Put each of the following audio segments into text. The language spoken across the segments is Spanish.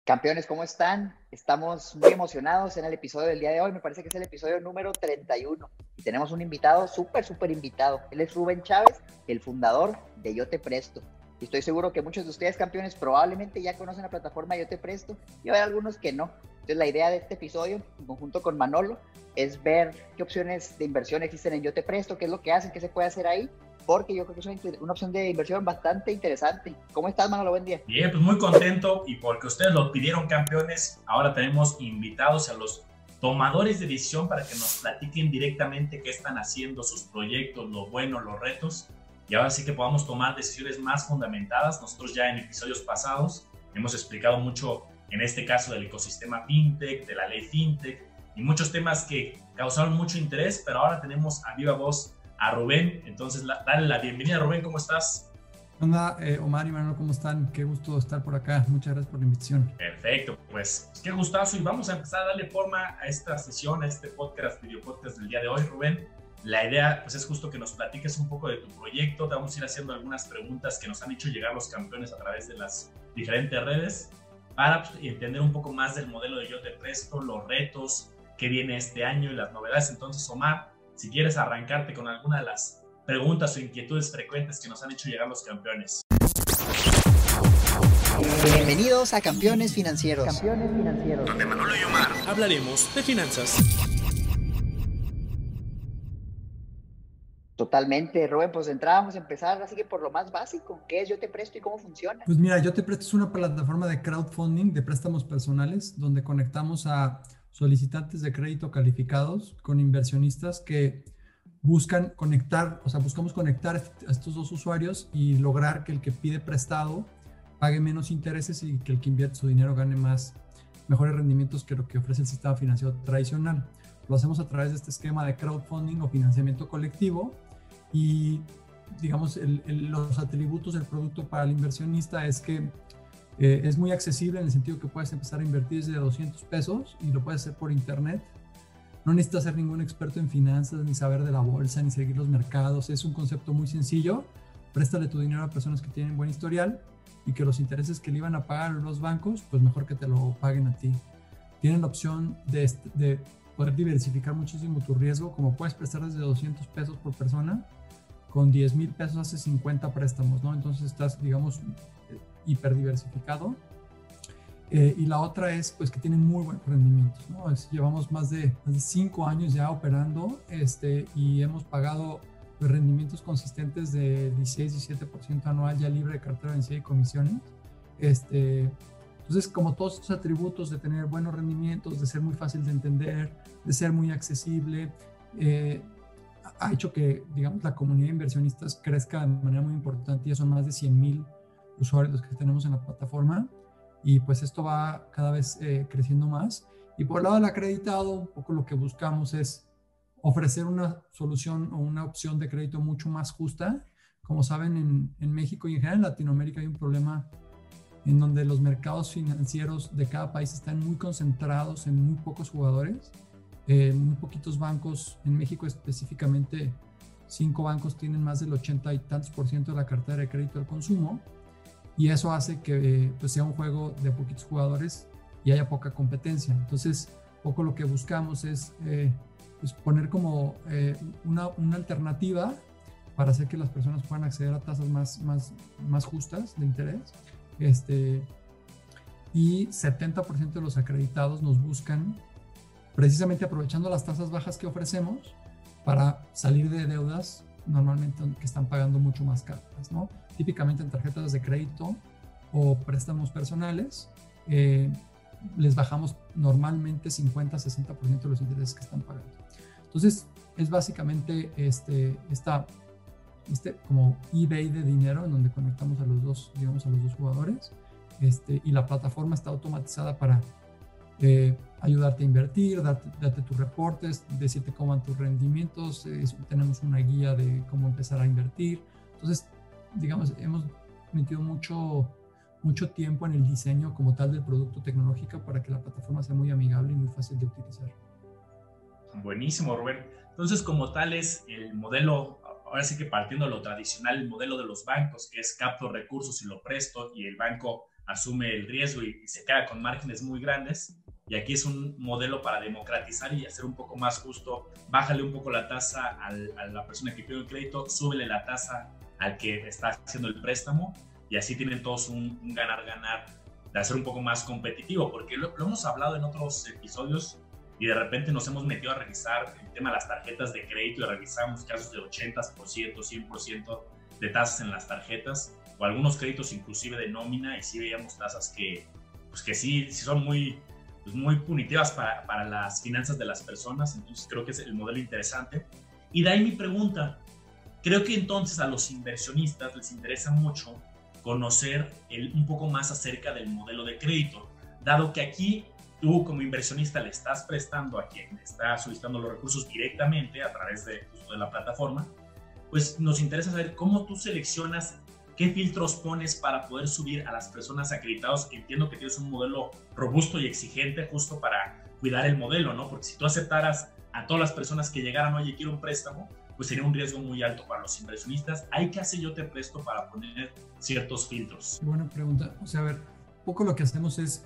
Campeones, ¿cómo están? Estamos muy emocionados en el episodio del día de hoy. Me parece que es el episodio número 31. Y tenemos un invitado, súper invitado. Él es Rubén Chávez, el fundador de Yo Te Presto. Y estoy seguro que muchos de ustedes, campeones, probablemente ya conocen la plataforma Yo Te Presto. Y va a haber algunos que no. Entonces, la idea de este episodio, en conjunto con Manolo, es ver qué opciones de inversión existen en Yo Te Presto, qué es lo que hacen, qué se puede hacer ahí, porque yo creo que es una opción de inversión bastante interesante. ¿Cómo estás, Manolo? Buen día. Bien, pues muy contento, y porque ustedes lo pidieron, campeones, ahora tenemos invitados a los tomadores de decisión para que nos platiquen directamente qué están haciendo, sus proyectos, lo bueno, los retos, y ahora sí que podamos tomar decisiones más fundamentadas. Nosotros ya en episodios pasados hemos explicado mucho, en este caso, del ecosistema fintech, de la ley fintech, y muchos temas que causaron mucho interés, pero ahora tenemos a viva voz a Rubén. Entonces, dale la bienvenida, Rubén, ¿cómo estás? Hola, Omar y Manuel, ¿cómo están? Qué gusto estar por acá. Muchas gracias por la invitación. Perfecto, pues qué gustazo, y vamos a empezar a darle forma a esta sesión, a este podcast, video podcast del día de hoy, Rubén. La idea pues es justo que nos platiques un poco de tu proyecto. Te vamos a ir haciendo algunas preguntas que nos han hecho llegar los campeones a través de las diferentes redes para entender un poco más del modelo de Yo Te Presto, los retos que viene este año y las novedades. Entonces, Omar, si quieres arrancarte con alguna de las preguntas o inquietudes frecuentes que nos han hecho llegar los campeones. Bienvenidos a Campeones Financieros. Campeones Financieros. Donde Manolo y Omar hablaremos de finanzas. Totalmente, Rubén, pues vamos a empezar así que por lo más básico. ¿Qué es Yo Te Presto y cómo funciona? Pues mira, Yo Te Presto es una plataforma de crowdfunding de préstamos personales donde conectamos a solicitantes de crédito calificados con inversionistas que buscan conectar, o sea, buscamos conectar a estos dos usuarios y lograr que el que pide prestado pague menos intereses y que el que invierte su dinero gane mejores rendimientos que lo que ofrece el sistema financiero tradicional. Lo hacemos a través de este esquema de crowdfunding o financiamiento colectivo, y digamos los atributos del producto para el inversionista es que es muy accesible en el sentido que puedes empezar a invertir desde 200 pesos y lo puedes hacer por internet. No necesitas ser ningún experto en finanzas, ni saber de la bolsa, ni seguir los mercados. Es un concepto muy sencillo. Préstale tu dinero a personas que tienen buen historial y que los intereses que le iban a pagar los bancos, pues mejor que te lo paguen a ti. Tienen la opción de poder diversificar muchísimo tu riesgo, como puedes prestar desde 200 pesos por persona. Con 10,000 pesos haces 50 préstamos, ¿no? Entonces estás, digamos, hiperdiversificado. Y la otra es pues que tiene muy buenos rendimientos, ¿no? Llevamos más de 5 años ya operando y hemos pagado pues, rendimientos consistentes de 16-17% anual, ya libre de cartera vencida y comisiones. Entonces, como todos estos atributos de tener buenos rendimientos, de ser muy fácil de entender, de ser muy accesible, ha hecho que, digamos, la comunidad de inversionistas crezca de manera muy importante. Ya son más de 100,000 usuarios los que tenemos en la plataforma, y pues esto va cada vez creciendo más. Y por el lado del acreditado, un poco lo que buscamos es ofrecer una solución o una opción de crédito mucho más justa. Como saben, en México y en general en Latinoamérica hay un problema en donde los mercados financieros de cada país están muy concentrados en muy pocos jugadores, muy poquitos bancos. En México específicamente 5 bancos tienen más del 80 y tantos % de la cartera de crédito al consumo, y eso hace que pues, sea un juego de poquitos jugadores y haya poca competencia. Entonces, poco lo que buscamos es pues poner como una alternativa para hacer que las personas puedan acceder a tasas más justas de interés. Y 70% de los acreditados nos buscan precisamente aprovechando las tasas bajas que ofrecemos para salir de deudas normalmente que están pagando mucho más caras, ¿no? Típicamente en tarjetas de crédito o préstamos personales, les bajamos normalmente 50-60% de los intereses que están pagando. Entonces, es básicamente como eBay de dinero, en donde conectamos a los dos jugadores, y la plataforma está automatizada para ayudarte a invertir, darte tus reportes, decirte cómo van tus rendimientos. Tenemos una guía de cómo empezar a invertir. Entonces, digamos, hemos metido mucho tiempo en el diseño como tal del producto tecnológico para que la plataforma sea muy amigable y muy fácil de utilizar. Buenísimo, Rubén. Entonces, como tal es el modelo, ahora sí que partiendo de lo tradicional, el modelo de los bancos, que es capto recursos y lo presto, y el banco asume el riesgo y se queda con márgenes muy grandes. Y aquí es un modelo para democratizar y hacer un poco más justo. Bájale un poco la tasa a la persona que pide el crédito, súbele la tasa al que está haciendo el préstamo, y así tienen todos un ganar-ganar de hacer un poco más competitivo, porque lo hemos hablado en otros episodios y de repente nos hemos metido a revisar el tema de las tarjetas de crédito y revisamos casos de 80%, 100% de tasas en las tarjetas, o algunos créditos inclusive de nómina, y sí veíamos tasas que sí son muy punitivas para las finanzas de las personas. Entonces creo que es el modelo interesante. Y de ahí mi pregunta, creo que entonces a los inversionistas les interesa mucho conocer un poco más acerca del modelo de crédito, dado que aquí tú como inversionista le estás prestando a quien está solicitando los recursos directamente a través de la plataforma. Pues nos interesa saber cómo tú seleccionas, qué filtros pones para poder subir a las personas acreditadas. Entiendo que tienes un modelo robusto y exigente justo para cuidar el modelo, ¿no? Porque si tú aceptaras a todas las personas que llegaran, oye, quiero un préstamo, pues sería un riesgo muy alto para los inversionistas. ¿Hay que hacer Yo Te Presto para poner ciertos filtros? Buena pregunta. O sea, a ver, un poco lo que hacemos es,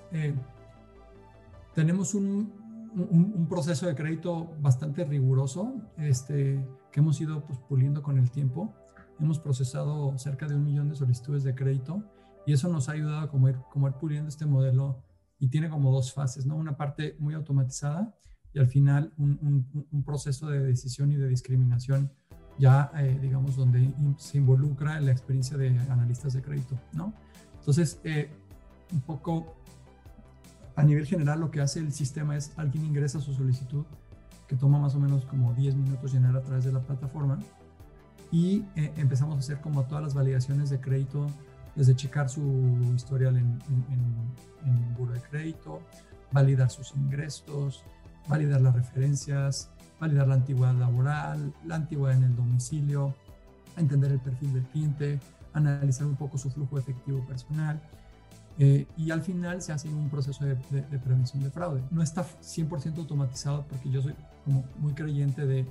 tenemos un proceso de crédito bastante riguroso, que hemos ido pues, puliendo con el tiempo. Hemos procesado cerca de 1 millón de solicitudes de crédito y eso nos ha ayudado a como ir puliendo este modelo, y tiene como 2 fases, ¿no? Una parte muy automatizada y al final un proceso de decisión y de discriminación ya, digamos, donde se involucra la experiencia de analistas de crédito, ¿no? Entonces, un poco a nivel general lo que hace el sistema es alguien ingresa su solicitud, que toma más o menos como 10 minutos llenar a través de la plataforma, y empezamos a hacer como todas las validaciones de crédito, desde checar su historial en buro de crédito, validar sus ingresos, validar las referencias, validar la antigüedad laboral, la antigüedad en el domicilio, entender el perfil del cliente, analizar un poco su flujo efectivo personal, y al final se hace un proceso de prevención de fraude. No está 100% automatizado, porque yo soy como muy creyente de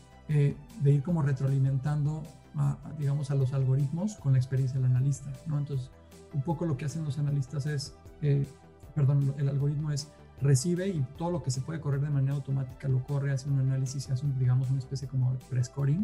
ir como retroalimentando digamos, a los algoritmos con la experiencia del analista, ¿no? Entonces, un poco lo que hacen los analistas es, el algoritmo es recibe y todo lo que se puede correr de manera automática lo corre, hace un análisis, hace digamos una especie como de pre-scoring,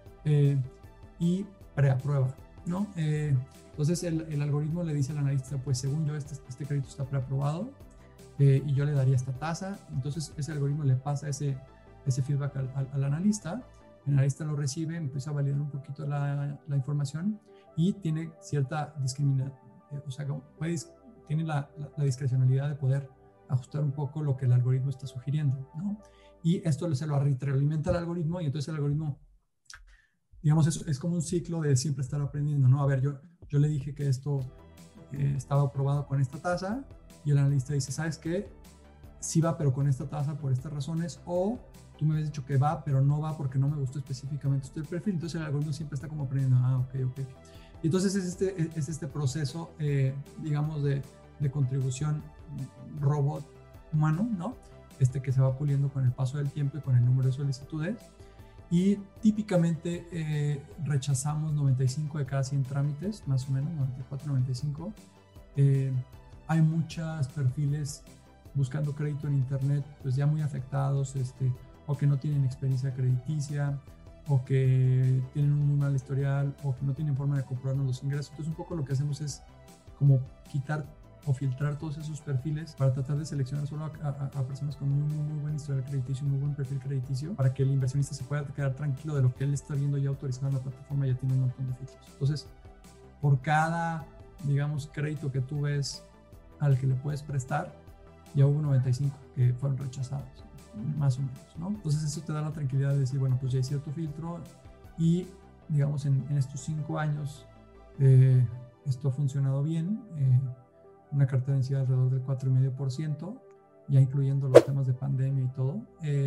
y preaprueba, ¿no? Entonces el algoritmo le dice al analista, pues según yo este crédito está preaprobado, y yo le daría esta tasa. Entonces ese algoritmo le pasa ese feedback al analista. El analista lo recibe, empieza a validar un poquito la información y tiene cierta discriminación, o sea, tiene la discrecionalidad de poder ajustar un poco lo que el algoritmo está sugiriendo, ¿no? Y esto se lo retroalimenta al algoritmo, y entonces el algoritmo, digamos, es como un ciclo de siempre estar aprendiendo, ¿no? A ver, yo le dije que esto estaba aprobado con esta tasa, y el analista dice, ¿sabes qué? Sí va, pero con esta tasa por estas razones, o tú me habías dicho que va, pero no va porque no me gustó específicamente este perfil. Entonces el algoritmo siempre está como aprendiendo, ok. Y entonces es este proceso, digamos, de contribución robot humano, ¿no? Que se va puliendo con el paso del tiempo y con el número de solicitudes. Y típicamente rechazamos 95 de cada 100 trámites, más o menos, 94, 95. Hay muchos perfiles buscando crédito en internet, pues ya muy afectados, o que no tienen experiencia crediticia, o que tienen un muy mal historial, o que no tienen forma de comprobarnos los ingresos. Entonces un poco lo que hacemos es como quitar o filtrar todos esos perfiles para tratar de seleccionar solo a personas con muy buen historial crediticio, muy buen perfil crediticio, para que el inversionista se pueda quedar tranquilo de lo que él está viendo ya autorizado en la plataforma. Ya tiene un montón de filtros. Entonces, por cada, digamos, crédito que tú ves al que le puedes prestar, ya hubo 95 que fueron rechazados, más o menos, ¿no? Entonces eso te da la tranquilidad de decir, bueno, pues ya hay cierto filtro, y digamos en estos 5 años esto ha funcionado bien, una cartera de densidad alrededor del 4,5%, ya incluyendo los temas de pandemia y todo,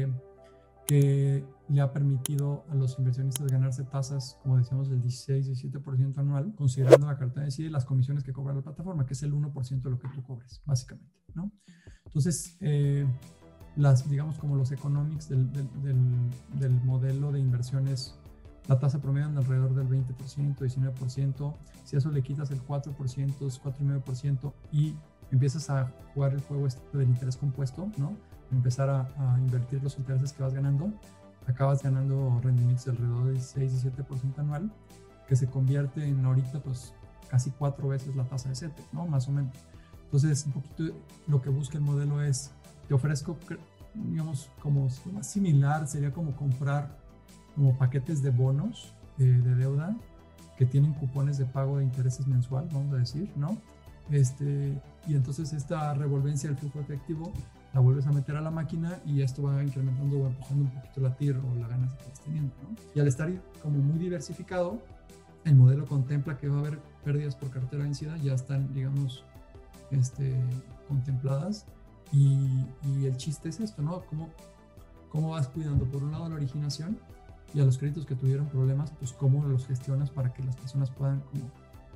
que le ha permitido a los inversionistas ganarse tasas, como decíamos, del 16-17% anual, considerando la cartera de densidad y las comisiones que cobra la plataforma, que es el 1% de lo que tú cobres, básicamente, ¿no? Entonces, digamos, como los economics del modelo de inversiones la tasa promedio anda alrededor del 20%, 19%. Si a eso le quitas el 4%, es 4,5% y empiezas a jugar el juego del interés compuesto, ¿no? Empezar a invertir los intereses que vas ganando, acabas ganando rendimientos de alrededor del 6-7% anual, que se convierte en ahorita pues casi 4 veces la tasa de CETES, ¿no? Más o menos. Entonces, un poquito lo que busca el modelo es, te ofrezco, digamos, como más similar, sería como comprar como paquetes de bonos de deuda que tienen cupones de pago de intereses mensual, vamos a decir, ¿no? Y entonces esta revolvencia del flujo efectivo la vuelves a meter a la máquina y esto va incrementando o empujando un poquito la TIR o la ganancia que vas teniendo, ¿no? Y al estar como muy diversificado, el modelo contempla que va a haber pérdidas por cartera vencida, ya están, digamos, contempladas y el chiste es esto, ¿no? ¿Cómo vas cuidando por un lado la originación y a los créditos que tuvieron problemas, pues cómo los gestionas para que las personas puedan como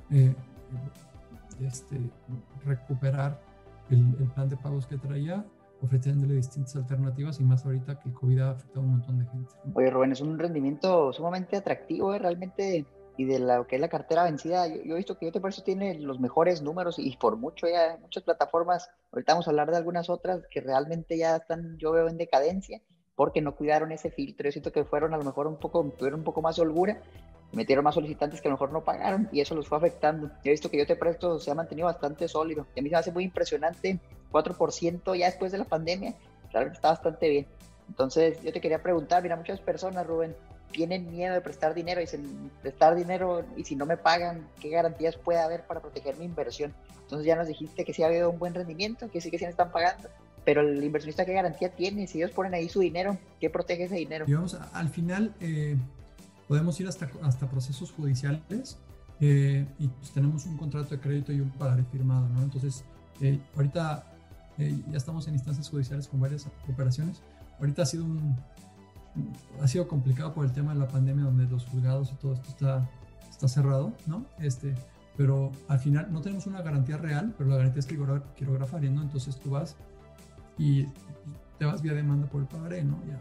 recuperar el plan de pagos que traía, ofreciéndole distintas alternativas y más ahorita que el COVID ha afectado a un montón de gente, ¿no? Oye, Rubén, es un rendimiento sumamente atractivo, realmente, y de lo que es la cartera vencida, yo he visto que Yo Te Presto tiene los mejores números y por mucho ya muchas plataformas, ahorita vamos a hablar de algunas otras que realmente ya están, yo veo en decadencia, porque no cuidaron ese filtro. Yo siento que fueron a lo mejor tuvieron un poco más de holgura, metieron más solicitantes que a lo mejor no pagaron y eso los fue afectando. Yo he visto que Yo Te Presto se ha mantenido bastante sólido y a mí se me hace muy impresionante, 4% ya después de la pandemia, realmente está bastante bien. Entonces yo te quería preguntar, mira, muchas personas, Rubén, tienen miedo de prestar dinero, dicen, prestar dinero y si no me pagan, ¿qué garantías puede haber para proteger mi inversión? Entonces ya nos dijiste que sí ha habido un buen rendimiento, que sí me están pagando, pero el inversionista, ¿qué garantía tiene? Si ellos ponen ahí su dinero, ¿qué protege ese dinero? Digamos, al final podemos ir hasta procesos judiciales y pues tenemos un contrato de crédito y un pagaré firmado, ¿no? Entonces, ahorita ya estamos en instancias judiciales con varias operaciones. Ahorita ha sido complicado por el tema de la pandemia, donde los juzgados y todo esto está cerrado, ¿no? Pero al final no tenemos una garantía real, pero la garantía es quirografaria, ¿no? Entonces tú vas y te vas vía demanda por el pagaré, ¿no? Ya,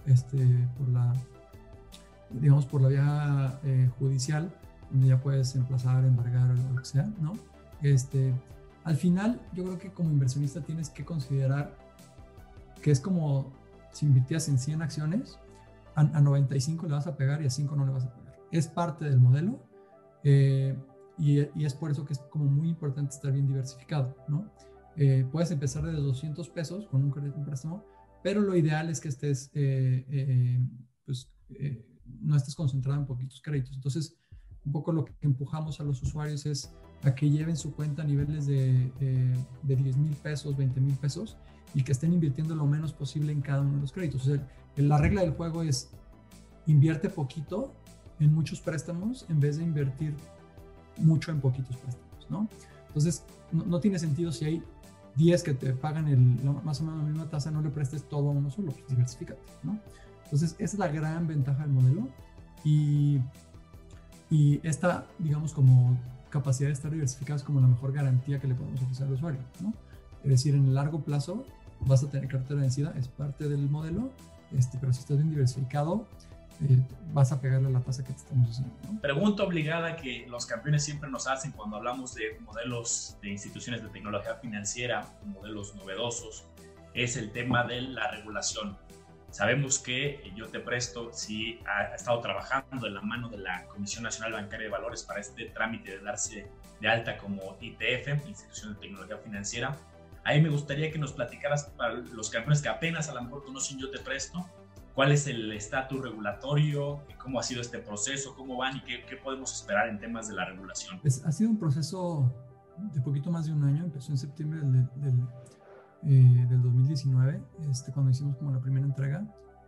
por la vía judicial, donde ya puedes emplazar, embargar o lo que sea, ¿no? Al final, yo creo que como inversionista tienes que considerar que es como si invirtieras en 100 acciones, a 95 le vas a pegar y a 5 no le vas a pegar. Es parte del modelo y es por eso que es como muy importante estar bien diversificado, ¿no? Puedes empezar desde 200 pesos con un préstamo, pero lo ideal es que estés, no estés concentrado en poquitos créditos. Entonces, un poco lo que empujamos a los usuarios es a que lleven su cuenta a niveles de 10,000 pesos, 20,000 pesos y que estén invirtiendo lo menos posible en cada uno de los créditos. O sea, la regla del juego es invierte poquito en muchos préstamos en vez de invertir mucho en poquitos préstamos, ¿no? Entonces, no tiene sentido si hay 10 que te pagan más o menos la misma tasa, no le prestes todo a uno solo, pues diversifícate, ¿no? Entonces, esa es la gran ventaja del modelo y esta, digamos, como capacidad de estar diversificado es como la mejor garantía que le podemos ofrecer al usuario, ¿no? Es decir, en el largo plazo vas a tener cartera vencida, es parte del modelo, pero si estás bien diversificado, vas a pegarle la tasa que te estamos haciendo, ¿no? Pregunta obligada que los campeones siempre nos hacen cuando hablamos de modelos de instituciones de tecnología financiera, modelos novedosos, es el tema de la regulación. Sabemos que Yo Te Presto sí ha estado trabajando de la mano de la Comisión Nacional Bancaria de Valores para este trámite de darse de alta como ITF, Institución de Tecnología Financiera. Ahí me gustaría que nos platicaras para los campeones que apenas a lo mejor conocen Yo Te Presto, cuál es el estatus regulatorio, cómo ha sido este proceso, cómo van y qué podemos esperar en temas de la regulación. Pues ha sido un proceso de poquito más de un año, empezó en septiembre del 2019, cuando hicimos como la primera entrega,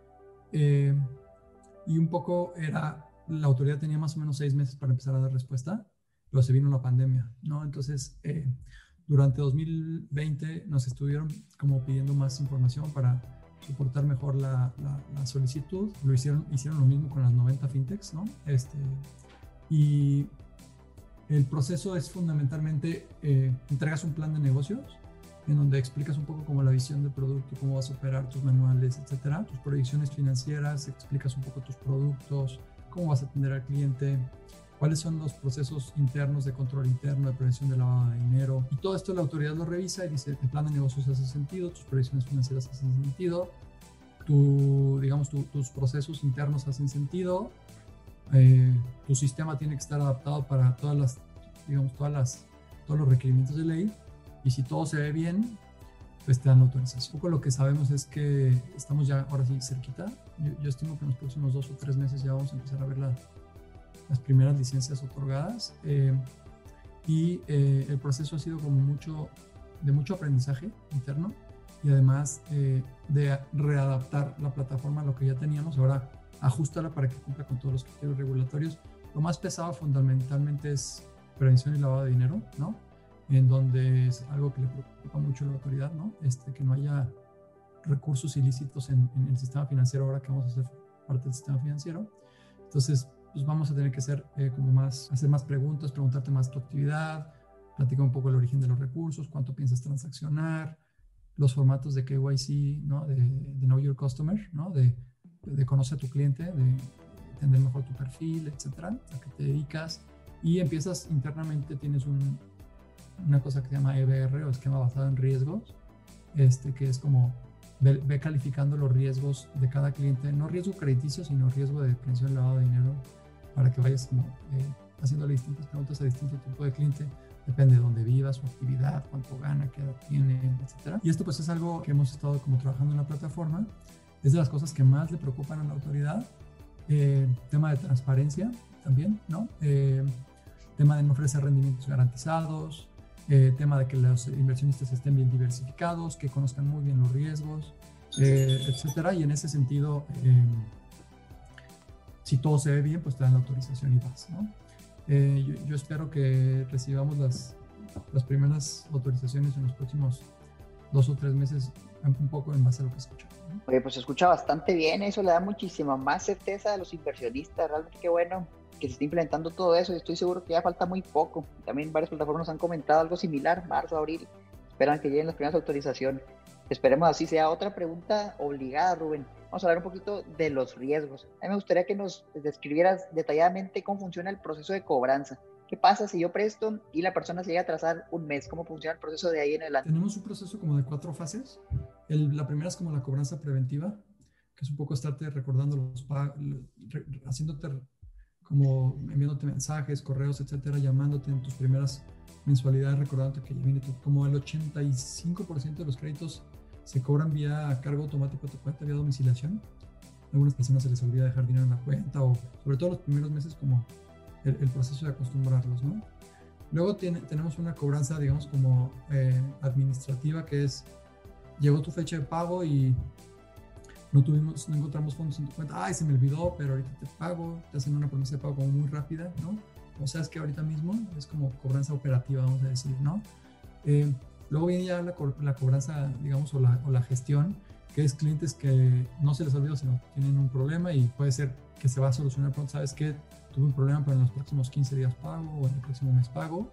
y un poco la autoridad tenía más o menos 6 meses para empezar a dar respuesta, pero se vino la pandemia, ¿no? Entonces, durante 2020 nos estuvieron como pidiendo más información para soportar mejor la solicitud. Hicieron lo mismo con las 90 fintechs, ¿no? Y el proceso es fundamentalmente, entregas un plan de negocios en donde explicas un poco como la visión del producto, cómo vas a operar tus manuales, etcétera, tus proyecciones financieras, explicas un poco tus productos, cómo vas a atender al cliente, cuáles son los procesos internos de control interno, de prevención de lavado de dinero. Y todo esto la autoridad lo revisa y dice, el plan de negocios hace sentido, tus proyecciones financieras hacen sentido, tus procesos internos hacen sentido, tu sistema tiene que estar adaptado para todos los requerimientos de ley, y si todo se ve bien, pues te dan la autorización. Un poco lo que sabemos es que estamos ya ahora sí cerquita. Yo estimo que en los próximos 2 o 3 meses ya vamos a empezar a ver las primeras licencias otorgadas, y el proceso ha sido como de mucho aprendizaje interno, y además de readaptar la plataforma a lo que ya teníamos. Ahora ajustarla para que cumpla con todos los criterios regulatorios. Lo más pesado fundamentalmente es prevención y lavado de dinero, ¿no? En donde es algo que le preocupa mucho a la autoridad, ¿no? Que no haya recursos ilícitos en el sistema financiero ahora que vamos a ser parte del sistema financiero. Entonces, pues vamos a tener que hacer hacer más preguntas, preguntarte más tu actividad, platicar un poco el origen de los recursos, cuánto piensas transaccionar, los formatos de KYC, ¿no? De Know Your Customer, ¿no? De conocer a tu cliente, de entender mejor tu perfil, etcétera, a qué te dedicas, y empiezas internamente, tienes una cosa que se llama EBR, o esquema basado en riesgos, que es como ve calificando los riesgos de cada cliente, no riesgo crediticio, sino riesgo de prevención y lavado de dinero, para que vayas como haciéndole distintas preguntas a distinto tipo de cliente. Depende de dónde viva, su actividad, cuánto gana, qué edad tiene, etc. Y esto pues es algo que hemos estado como trabajando en la plataforma. Es de las cosas que más le preocupan a la autoridad. Tema de transparencia también, ¿no? Tema de no ofrecer rendimientos garantizados. Tema de que los inversionistas estén bien diversificados, que conozcan muy bien los riesgos, etc. Y en ese sentido, si todo se ve bien, pues te dan la autorización y vas, ¿no? Yo espero que recibamos las primeras autorizaciones en los próximos 2 o 3 meses, un poco en base a lo que escuchamos, ¿no? Oye, pues se escucha bastante bien, eso le da muchísima más certeza a los inversionistas. Realmente qué bueno que se esté implementando todo eso, y estoy seguro que ya falta muy poco. También varias plataformas han comentado algo similar, marzo, abril, esperan que lleguen las primeras autorizaciones. Esperemos así sea. Otra pregunta obligada, Rubén. Vamos a hablar un poquito de los riesgos. A mí me gustaría que nos describieras detalladamente cómo funciona el proceso de cobranza. ¿Qué pasa si yo presto y la persona se llega a atrasar un mes? ¿Cómo funciona el proceso de ahí en adelante? Tenemos un proceso como de 4 fases. La primera es como la cobranza preventiva, que es un poco estarte recordando los pagos, haciéndote como enviándote mensajes, correos, etcétera, llamándote en tus primeras mensualidades, recordándote que ya viene como el 85% de los créditos se cobran vía cargo automático a tu cuenta, vía domiciliación. A algunas personas se les olvida dejar dinero en la cuenta, o sobre todo los primeros meses, como el proceso de acostumbrarlos, ¿no? Luego tenemos una cobranza, digamos, como administrativa, que es, llegó tu fecha de pago y no encontramos fondos en tu cuenta. Ay, se me olvidó, pero ahorita te pago. Te hacen una promesa de pago como muy rápida, ¿no? O sea, es que ahorita mismo es como cobranza operativa, vamos a decir, ¿no? Luego viene ya la cobranza, digamos, o la gestión, que es clientes que no se les olvidó, sino tienen un problema, y puede ser que se va a solucionar pronto. ¿Sabes qué? Tuve un problema, pero en los próximos 15 días pago, o en el próximo mes pago.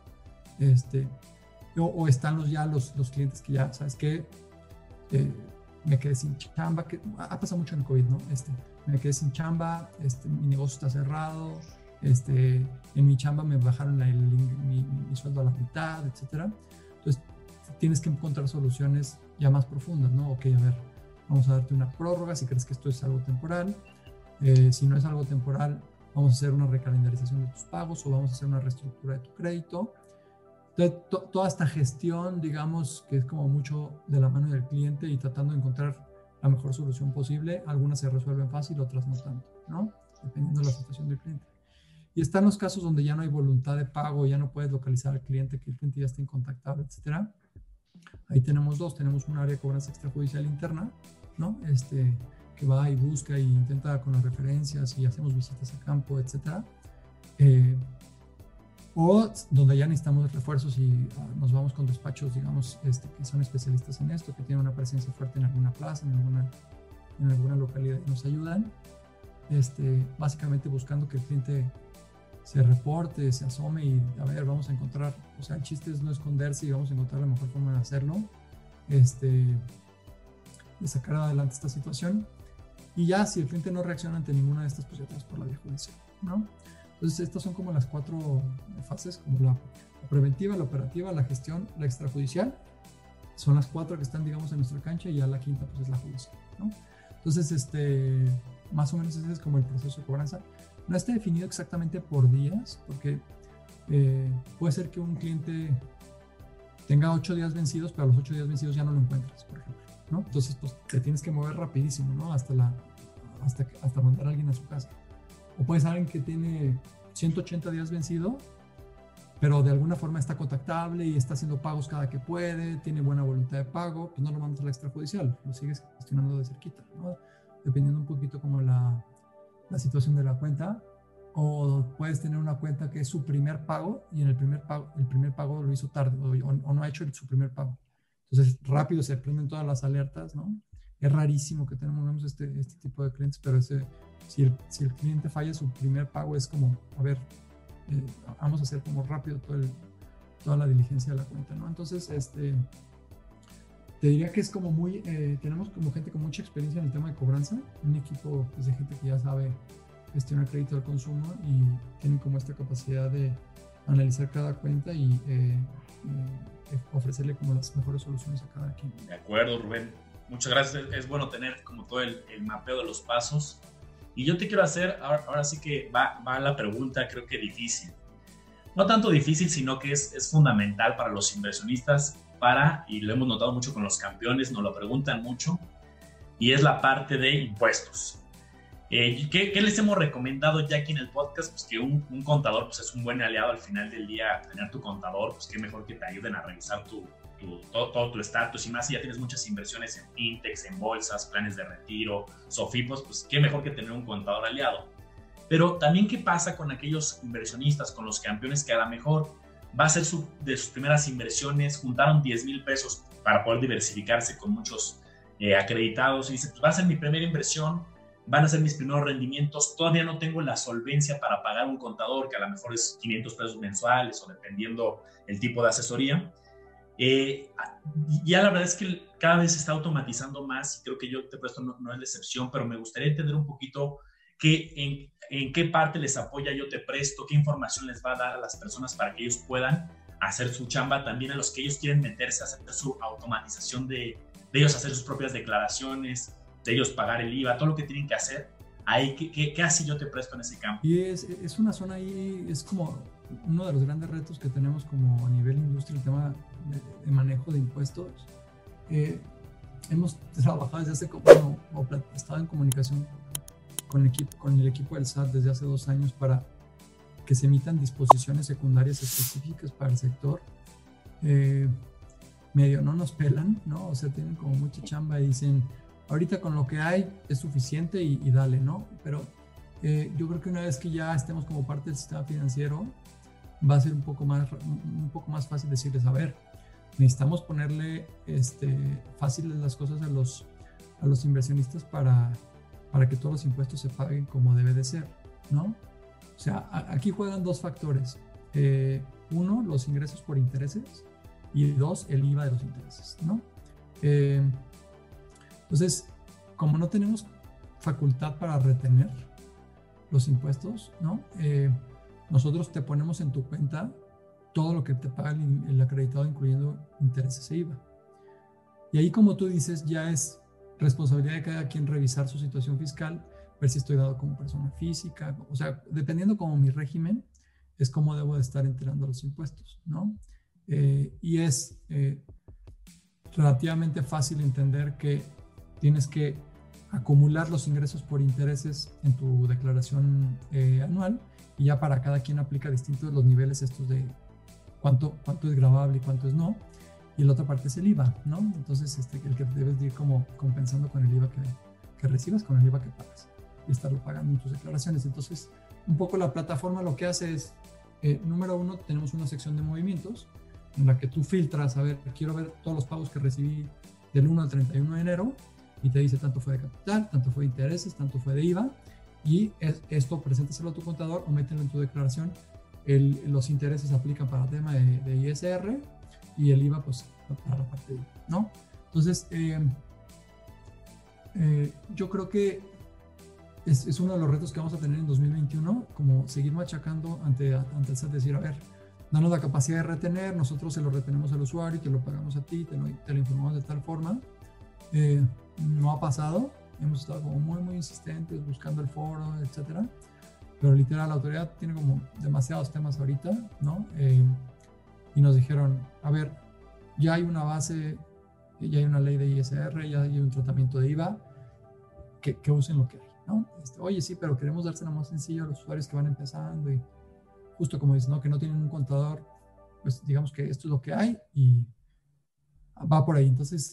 O están los clientes que ya, ¿sabes qué? Me quedé sin chamba, que ha pasado mucho en el COVID, ¿no? Me quedé sin chamba, mi negocio está cerrado, en mi chamba me bajaron mi sueldo a la mitad, etcétera. Entonces, tienes que encontrar soluciones ya más profundas, ¿no? Ok, a ver, vamos a darte una prórroga si crees que esto es algo temporal. Si no es algo temporal, vamos a hacer una recalendarización de tus pagos, o vamos a hacer una reestructura de tu crédito. Entonces, toda esta gestión, digamos, que es como mucho de la mano del cliente, y tratando de encontrar la mejor solución posible. Algunas se resuelven fácil, otras no tanto, ¿no? Dependiendo de la situación del cliente. Y están los casos donde ya no hay voluntad de pago, ya no puedes localizar al cliente, que el cliente ya está incontactable, etcétera. Ahí tenemos 2. Tenemos un área de cobranza extrajudicial interna, ¿no? Que va y busca y intenta con las referencias, y hacemos visitas a campo, etcétera. O donde ya necesitamos refuerzos y nos vamos con despachos, digamos, que son especialistas en esto, que tienen una presencia fuerte en alguna plaza, en alguna localidad, y nos ayudan, básicamente buscando que el cliente se reporte, se asome, y a ver, vamos a encontrar, o sea, el chiste es no esconderse, y vamos a encontrar la mejor forma de hacerlo, de sacar adelante esta situación. Y ya, si el cliente no reacciona ante ninguna de estas, pues ya te vas por la vía judicial. ¿no? Entonces, estas son como las 4 fases, como la preventiva, la operativa, la gestión, la extrajudicial. Son las 4 que están, digamos, en nuestra cancha, y ya la quinta, pues, es la judicial, ¿no? Entonces, más o menos ese es como el proceso de cobranza. No está definido exactamente por días, porque puede ser que un cliente tenga 8 días vencidos, pero a los 8 días vencidos ya no lo encuentras, por ejemplo, ¿no? Entonces, pues, te tienes que mover rapidísimo, ¿no? Hasta mandar a alguien a su casa. O puede ser alguien que tiene 180 días vencido, pero de alguna forma está contactable y está haciendo pagos cada que puede, tiene buena voluntad de pago, pues no lo mandas a la extrajudicial, lo sigues gestionando de cerquita, ¿no? Dependiendo un poquito como la situación de la cuenta. O puedes tener una cuenta que es su primer pago, y en el primer pago lo hizo tarde, o no ha hecho su primer pago. Entonces rápido se prenden todas las alertas, ¿no? Es rarísimo que tengamos este tipo de clientes, pero si el cliente falla su primer pago, es como, a ver, vamos a hacer como rápido toda la diligencia de la cuenta, ¿no? Entonces, te diría que es como muy, tenemos como gente con mucha experiencia en el tema de cobranza, un equipo, pues, de gente que ya sabe gestionar crédito al consumo y tienen como esta capacidad de analizar cada cuenta y ofrecerle como las mejores soluciones a cada quien. De acuerdo, Rubén. Muchas gracias. Es bueno tener como todo el mapeo de los pasos. Y yo te quiero hacer, ahora sí que va la pregunta, creo que difícil. No tanto difícil, sino que es fundamental para los inversionistas, y lo hemos notado mucho con los campeones, nos lo preguntan mucho, y es la parte de impuestos. ¿Qué les hemos recomendado ya aquí en el podcast? Pues que un contador, pues, es un buen aliado al final del día. Tener tu contador, pues qué mejor que te ayuden a revisar todo tu estatus, y más si ya tienes muchas inversiones en fintechs, en bolsas, planes de retiro, sofipos, pues qué mejor que tener un contador aliado. Pero también, ¿qué pasa con aquellos inversionistas, con los campeones que a lo mejor va a ser de sus primeras inversiones, juntaron 10,000 pesos para poder diversificarse con muchos acreditados, y dice, pues va a ser mi primera inversión, van a ser mis primeros rendimientos, todavía no tengo la solvencia para pagar un contador, que a lo mejor es 500 pesos mensuales, o dependiendo el tipo de asesoría. Ya la verdad es que cada vez se está automatizando más, y creo que Yo Te Presto no es la excepción, pero me gustaría entender un poquito en qué parte les apoya Yo Te Presto, qué información les va a dar a las personas para que ellos puedan hacer su chamba, también a los que ellos quieren meterse a hacer su automatización de ellos hacer sus propias declaraciones, de ellos pagar el IVA, todo lo que tienen que hacer. Ahí, ¿qué hace Yo Te Presto en ese campo? Y es una zona ahí, es como uno de los grandes retos que tenemos como a nivel industria, el tema de manejo de impuestos. Hemos trabajado desde hace estado en comunicación con el equipo del SAT desde hace 2 años para que se emitan disposiciones secundarias específicas para el sector. Medio no nos pelan, ¿no? O sea, tienen como mucha chamba y dicen, ahorita con lo que hay es suficiente y dale, ¿no? Pero yo creo que una vez que ya estemos como parte del sistema financiero, va a ser un poco más fácil decirles, a ver, necesitamos ponerle fáciles las cosas a los inversionistas para que todos los impuestos se paguen como debe de ser, ¿no? O sea, aquí juegan 2 factores. 1, los ingresos por intereses, y 2, el IVA de los intereses, ¿no? Entonces, como no tenemos facultad para retener los impuestos, ¿no? Nosotros te ponemos en tu cuenta todo lo que te paga el acreditado, incluyendo intereses e IVA. Y ahí, como tú dices, ya es responsabilidad de cada quien revisar su situación fiscal, ver si estoy dado como persona física, o sea, dependiendo como mi régimen, es como debo de estar enterando los impuestos, ¿no? Y es relativamente fácil entender que tienes que acumular los ingresos por intereses en tu declaración anual, y ya para cada quien aplica distintos los niveles estos de cuánto es gravable y cuánto es no. Y la otra parte es el IVA, ¿no? Entonces, el que debes de ir como compensando con el IVA que recibas, con el IVA que pagas, y estarlo pagando en tus declaraciones. Entonces, un poco la plataforma lo que hace es, número 1, tenemos una sección de movimientos en la que tú filtras, a ver, quiero ver todos los pagos que recibí del 1 al 31 de enero, y te dice tanto fue de capital, tanto fue de intereses, tanto fue de IVA, y esto preséntaselo a tu contador o mételo en tu declaración. Los intereses aplican para el tema de ISR, y el IVA pues para la parte de IVA, ¿no? Entonces, yo creo que es uno de los retos que vamos a tener en 2021, como seguir machacando ante el SAT, decir, a ver, danos la capacidad de retener, nosotros se lo retenemos al usuario y te lo pagamos a ti, te lo informamos de tal forma. No ha pasado, hemos estado como muy insistentes buscando el foro, etcétera, pero literal la autoridad tiene como demasiados temas ahorita, ¿no? Y nos dijeron, a ver, ya hay una base, ya hay una ley de ISR, ya hay un tratamiento de IVA, que usen lo que hay, ¿no? Oye, sí, pero queremos dársela más sencillo a los usuarios que van empezando y justo como dices, ¿no? Que no tienen un contador, pues digamos que esto es lo que hay y va por ahí. Entonces,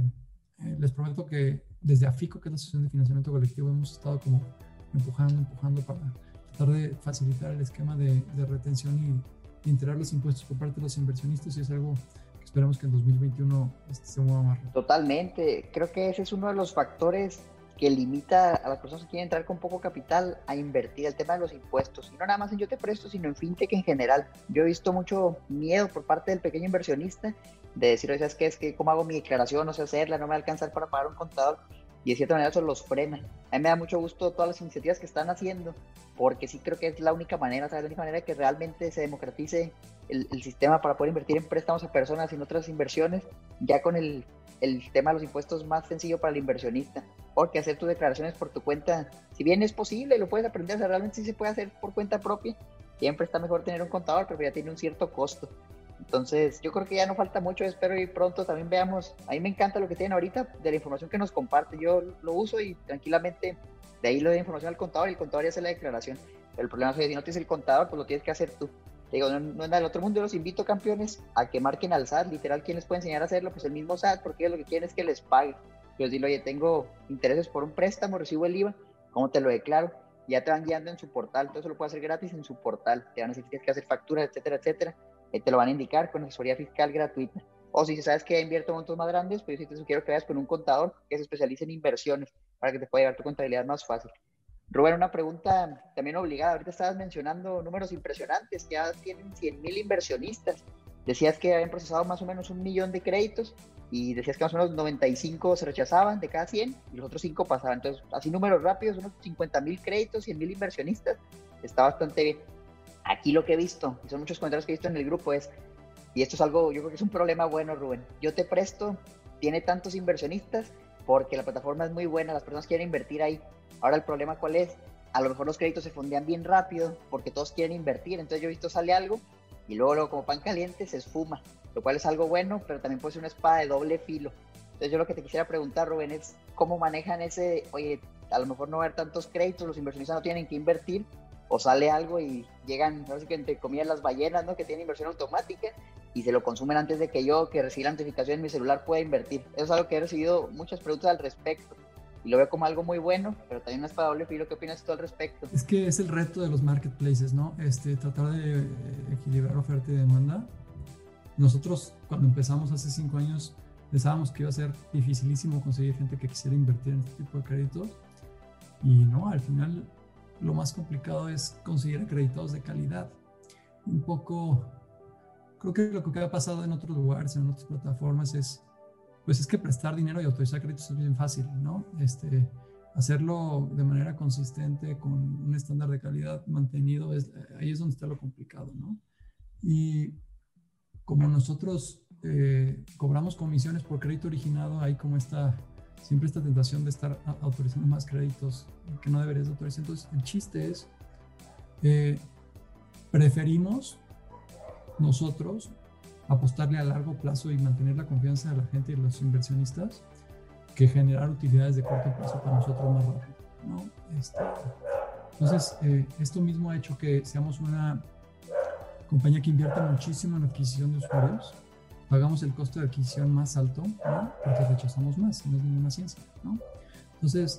les prometo que desde AFICO, que es la Asociación de Financiamiento Colectivo, hemos estado como empujando para tratar de facilitar el esquema de retención y integrar los impuestos por parte de los inversionistas, y es algo que esperamos que en 2021 se mueva más rápido. Totalmente, creo que ese es uno de los factores que limita a las personas que quieren entrar con poco capital a invertir, el tema de los impuestos, y no nada más en Yo Te Presto, sino en fintech en general. Yo he visto mucho miedo por parte del pequeño inversionista de decir, oye, ¿sabes qué? Es que cómo hago mi declaración, no sé hacerla, no me va a alcanzar para pagar un contador, y de cierta manera eso los frena. A mí me da mucho gusto todas las iniciativas que están haciendo, porque sí creo que es la única manera, ¿sabes? La única manera de que realmente se democratice el sistema para poder invertir en préstamos a personas y en otras inversiones, ya con el tema de los impuestos más sencillo para el inversionista, porque hacer tus declaraciones por tu cuenta, si bien es posible, lo puedes aprender, o sea, realmente sí se puede hacer por cuenta propia, siempre está mejor tener un contador, pero ya tiene un cierto costo. Entonces, yo creo que ya no falta mucho, espero y pronto también veamos. A mí me encanta lo que tienen ahorita de la información que nos comparte, yo lo uso y tranquilamente de ahí le doy información al contador y el contador ya hace la declaración. Pero el problema es que si no tienes el contador, pues lo tienes que hacer tú. Digo, no es nada del otro mundo. Yo los invito, campeones, a que marquen al SAT, literal. ¿Quién les puede enseñar a hacerlo? Pues el mismo SAT, porque ellos lo que quieren es que les pague. Yo digo, oye, tengo intereses por un préstamo, recibo el IVA, ¿cómo te lo declaro? Ya te van guiando en su portal, todo eso lo puedes hacer gratis en su portal, te van a decir que tienes que hacer facturas, etcétera, etcétera, te lo van a indicar con asesoría fiscal gratuita. O si sabes que invierto montos más grandes, pues yo sí te sugiero que vayas con un contador que se especialice en inversiones para que te pueda llevar tu contabilidad más fácil. Rubén, una pregunta también obligada. Ahorita estabas mencionando números impresionantes, ya tienen 100,000 inversionistas. Decías que habían procesado más o menos 1 millón de créditos y decías que más o menos 95 se rechazaban de cada 100 y los otros 5 pasaban. Entonces, así números rápidos, unos 50,000 créditos, 100,000 inversionistas, está bastante bien. Aquí lo que he visto, y son muchos comentarios que he visto en el grupo, es, y esto es algo, yo creo que es un problema bueno, Rubén. Yo Te Presto tiene tantos inversionistas porque la plataforma es muy buena, las personas quieren invertir ahí. Ahora el problema ¿cuál es? A lo mejor los créditos se fondean bien rápido porque todos quieren invertir, entonces yo he visto sale algo y luego como pan caliente se esfuma, lo cual es algo bueno, pero también puede ser una espada de doble filo. Entonces yo lo que te quisiera preguntar, Rubén, es cómo manejan ese, oye, a lo mejor no va a haber tantos créditos, los inversionistas no tienen que invertir, o sale algo y llegan, ahora sí que entre comillas, las ballenas, ¿no? Que tienen inversión automática y se lo consumen antes de que yo, que reciba la notificación en mi celular, pueda invertir. Eso es algo que he recibido muchas preguntas al respecto y lo veo como algo muy bueno, pero también una espada de doble filo. ¿Qué opinas tú al respecto? Es que es el reto de los marketplaces, ¿no? Tratar de equilibrar oferta y demanda. Nosotros, cuando empezamos hace 5 años, pensábamos que iba a ser dificilísimo conseguir gente que quisiera invertir en este tipo de créditos. Y no, al final lo más complicado es conseguir acreditados de calidad. Un poco, creo que lo que ha pasado en otros lugares, en otras plataformas, es que prestar dinero y autorizar créditos es bien fácil, ¿no? Hacerlo de manera consistente, con un estándar de calidad mantenido, ahí es donde está lo complicado, ¿no? Y como nosotros cobramos comisiones por crédito originado, hay como siempre esta tentación de estar autorizando más créditos que no deberías autorizar. Entonces, el chiste es, preferimos nosotros apostarle a largo plazo y mantener la confianza de la gente y de los inversionistas que generar utilidades de corto plazo para nosotros más rápido, ¿no? Entonces, esto mismo ha hecho que seamos una compañía que invierte muchísimo en adquisición de usuarios. Pagamos el costo de adquisición más alto, ¿no? Porque rechazamos más, no es ninguna ciencia, ¿no? Entonces,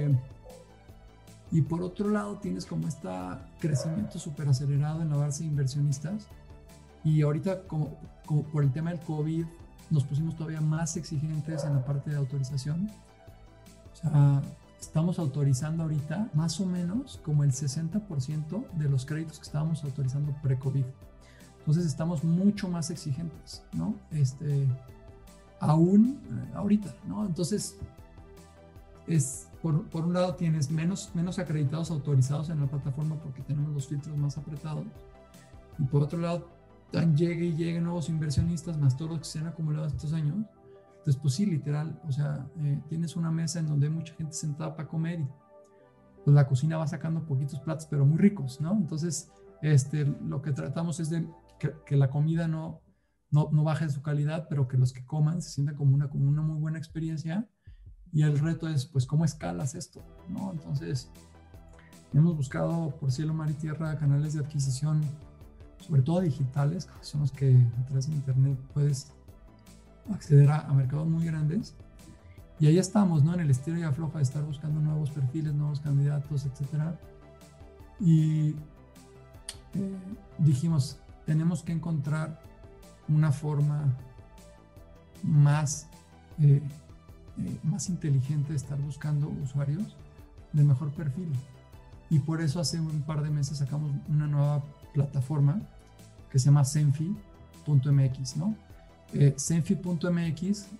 y por otro lado tienes como crecimiento súper acelerado en la base de inversionistas, y ahorita como por el tema del COVID nos pusimos todavía más exigentes en la parte de autorización. O sea, estamos autorizando ahorita más o menos como el 60% de los créditos que estábamos autorizando pre-COVID. Entonces estamos mucho más exigentes, ¿no? Aún ahorita, ¿no? Entonces, por un lado tienes menos acreditados autorizados en la plataforma porque tenemos los filtros más apretados, y por otro lado lleguen nuevos inversionistas más todos los que se han acumulado estos años. Entonces pues sí, literal, o sea, tienes una mesa en donde hay mucha gente sentada para comer y pues la cocina va sacando poquitos platos pero muy ricos, ¿no? Entonces lo que tratamos es de que la comida no baje su calidad, pero que los que coman se sientan como una muy buena experiencia. Y el reto es, pues, ¿cómo escalas esto? ¿No? Entonces, hemos buscado por cielo, mar y tierra canales de adquisición, sobre todo digitales, que son los que a través de internet puedes acceder a mercados muy grandes. Y ahí estamos, ¿no? En el estilo y afloja de estar buscando nuevos perfiles, nuevos candidatos, etcétera. Y dijimos, tenemos que encontrar una forma más inteligente de estar buscando usuarios de mejor perfil. Y por eso hace un par de meses sacamos una nueva plataforma que se llama Zenfi.mx, ¿no? Zenfi.mx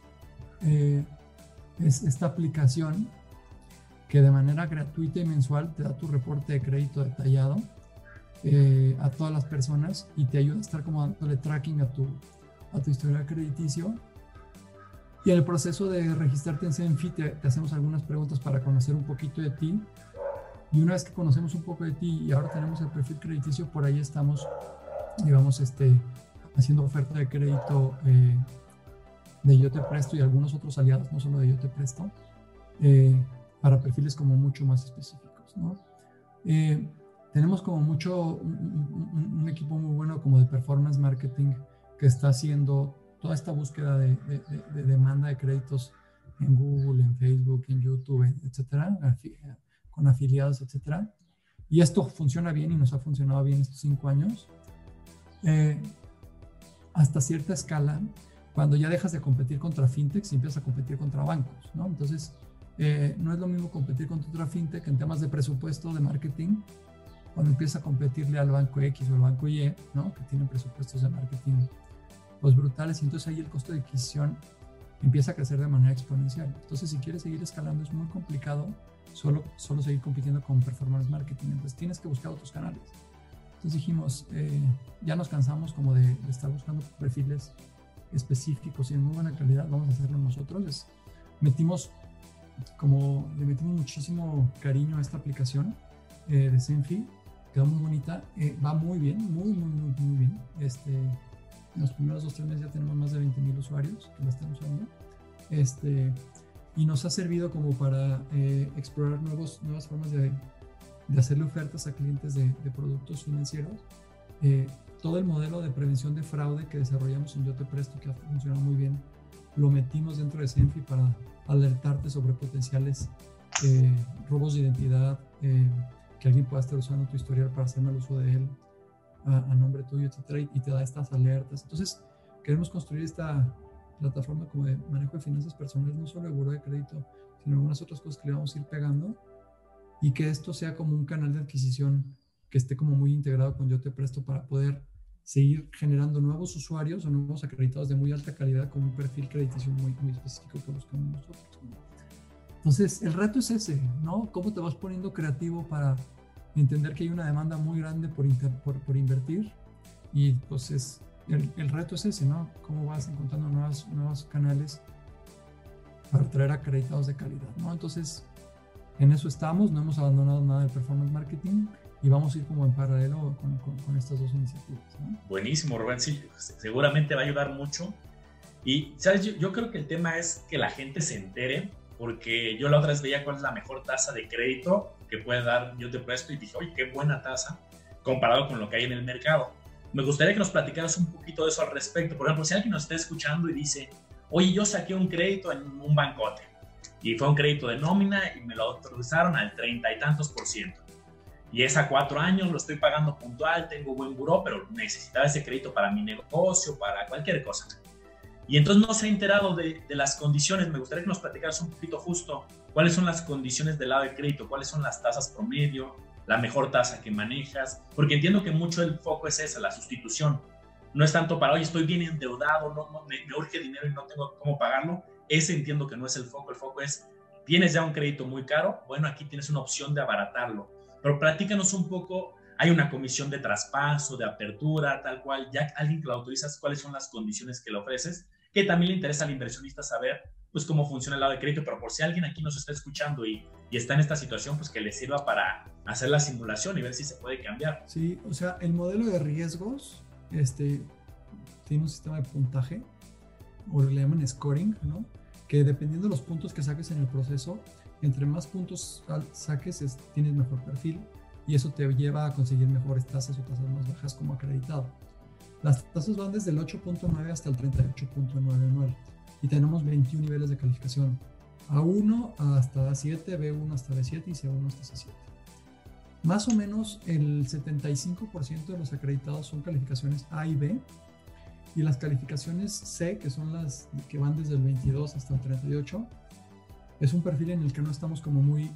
es esta aplicación que de manera gratuita y mensual te da tu reporte de crédito detallado a todas las personas y te ayuda a estar como dándole tracking a tu historial crediticio. Y en el proceso de registrarte en Zenfi te hacemos algunas preguntas para conocer un poquito de ti. Y una vez que conocemos un poco de ti y ahora tenemos el perfil crediticio, por ahí estamos, digamos, haciendo oferta de crédito de Yo Te Presto y algunos otros aliados, no solo de Yo Te Presto, para perfiles como mucho más específicos, ¿no? Tenemos como un equipo muy bueno como de performance marketing que está haciendo toda esta búsqueda de demanda de créditos en Google, en Facebook, en YouTube, etcétera, con afiliados, etcétera. Y esto funciona bien y nos ha funcionado bien estos 5 años. Hasta cierta escala, cuando ya dejas de competir contra fintechs y empiezas a competir contra bancos, ¿no? Entonces, no es lo mismo competir contra otra fintech en temas de presupuesto, de marketing, cuando empiezas a competirle al banco X o al banco Y, ¿no? Que tienen presupuestos de marketing pues brutales, y entonces ahí el costo de adquisición empieza a crecer de manera exponencial. Entonces, si quieres seguir escalando, es muy complicado solo seguir compitiendo con performance marketing. Entonces, tienes que buscar otros canales. Entonces dijimos, ya nos cansamos como de estar buscando perfiles específicos y de muy buena calidad, vamos a hacerlo nosotros. Le metimos muchísimo cariño a esta aplicación de Zenfi, quedó muy bonita, va muy bien, muy bien. En los primeros 2-3 meses ya tenemos más de 20,000 usuarios que la están usando. Y nos ha servido como para explorar nuevas formas de hacerle ofertas a clientes de productos financieros. Todo el modelo de prevención de fraude que desarrollamos en Yo Te Presto, que ha funcionado muy bien, lo metimos dentro de Zenfi para alertarte sobre potenciales robos de identidad, que alguien pueda estar usando tu historial para hacer mal uso de él a nombre tuyo, etcétera, y te da estas alertas. Entonces, queremos construir esta plataforma como de manejo de finanzas personales, no solo de buró de crédito, sino algunas otras cosas que le vamos a ir pegando, y que esto sea como un canal de adquisición que esté como muy integrado con Yo Te Presto para poder seguir generando nuevos usuarios o nuevos acreditados de muy alta calidad con un perfil crediticio muy específico que buscamos nosotros. Entonces, el reto es ese, ¿no? ¿Cómo te vas poniendo creativo para entender que hay una demanda muy grande por invertir? Y pues el reto es ese, ¿no? ¿Cómo vas encontrando nuevos canales para traer acreditados de calidad, ¿no? Entonces, en eso estamos, no hemos abandonado nada del performance marketing y vamos a ir como en paralelo con estas dos iniciativas, ¿no? Buenísimo, Rubén, sí, seguramente va a ayudar mucho. Y, ¿sabes? Yo creo que el tema es que la gente se entere, porque yo la otra vez veía cuál es la mejor tasa de crédito que puede dar Yo Te Presto y dije, oye, qué buena tasa comparado con lo que hay en el mercado. Me gustaría que nos platicaras un poquito de eso al respecto. Por ejemplo, si alguien nos está escuchando y dice, oye, yo saqué un crédito en un bancote y fue un crédito de nómina y me lo autorizaron al 30 y tantos %. Y es a 4 años, lo estoy pagando puntual, tengo buen buró, pero necesitaba ese crédito para mi negocio, para cualquier cosa. Y entonces no se ha enterado de las condiciones. Me gustaría que nos platicaras un poquito justo cuáles son las condiciones del lado de crédito, cuáles son las tasas promedio, la mejor tasa que manejas, porque entiendo que mucho el foco es esa, la sustitución. No es tanto para, oye, estoy bien endeudado, me urge dinero y no tengo cómo pagarlo. Ese entiendo que no es el foco es ¿Tienes ya un crédito muy caro? Bueno, aquí tienes una opción de abaratarlo. Pero platícanos un poco, ¿hay una comisión de traspaso, de apertura, tal cual? Ya alguien que lo autorizas, ¿cuáles son las condiciones que le ofreces? Que también le interesa al inversionista saber pues cómo funciona el lado de crédito, pero por si alguien aquí nos está escuchando y está en esta situación, pues que le sirva para hacer la simulación y ver si se puede cambiar. Sí, o sea, el modelo de riesgos tiene un sistema de puntaje, o le llaman scoring, ¿no? Que dependiendo de los puntos que saques en el proceso, entre más puntos saques, tienes mejor perfil, y eso te lleva a conseguir mejores tasas o tasas más bajas como acreditado. Las tasas van desde el 8.9 hasta el 38.99 y tenemos 21 niveles de calificación, A1 hasta A7, B1 hasta B7 y C1 hasta C7. Más o menos el 75% de los acreditados son calificaciones A y B, y las calificaciones C, que son las que van desde el 22 hasta el 38, es un perfil en el que no estamos como muy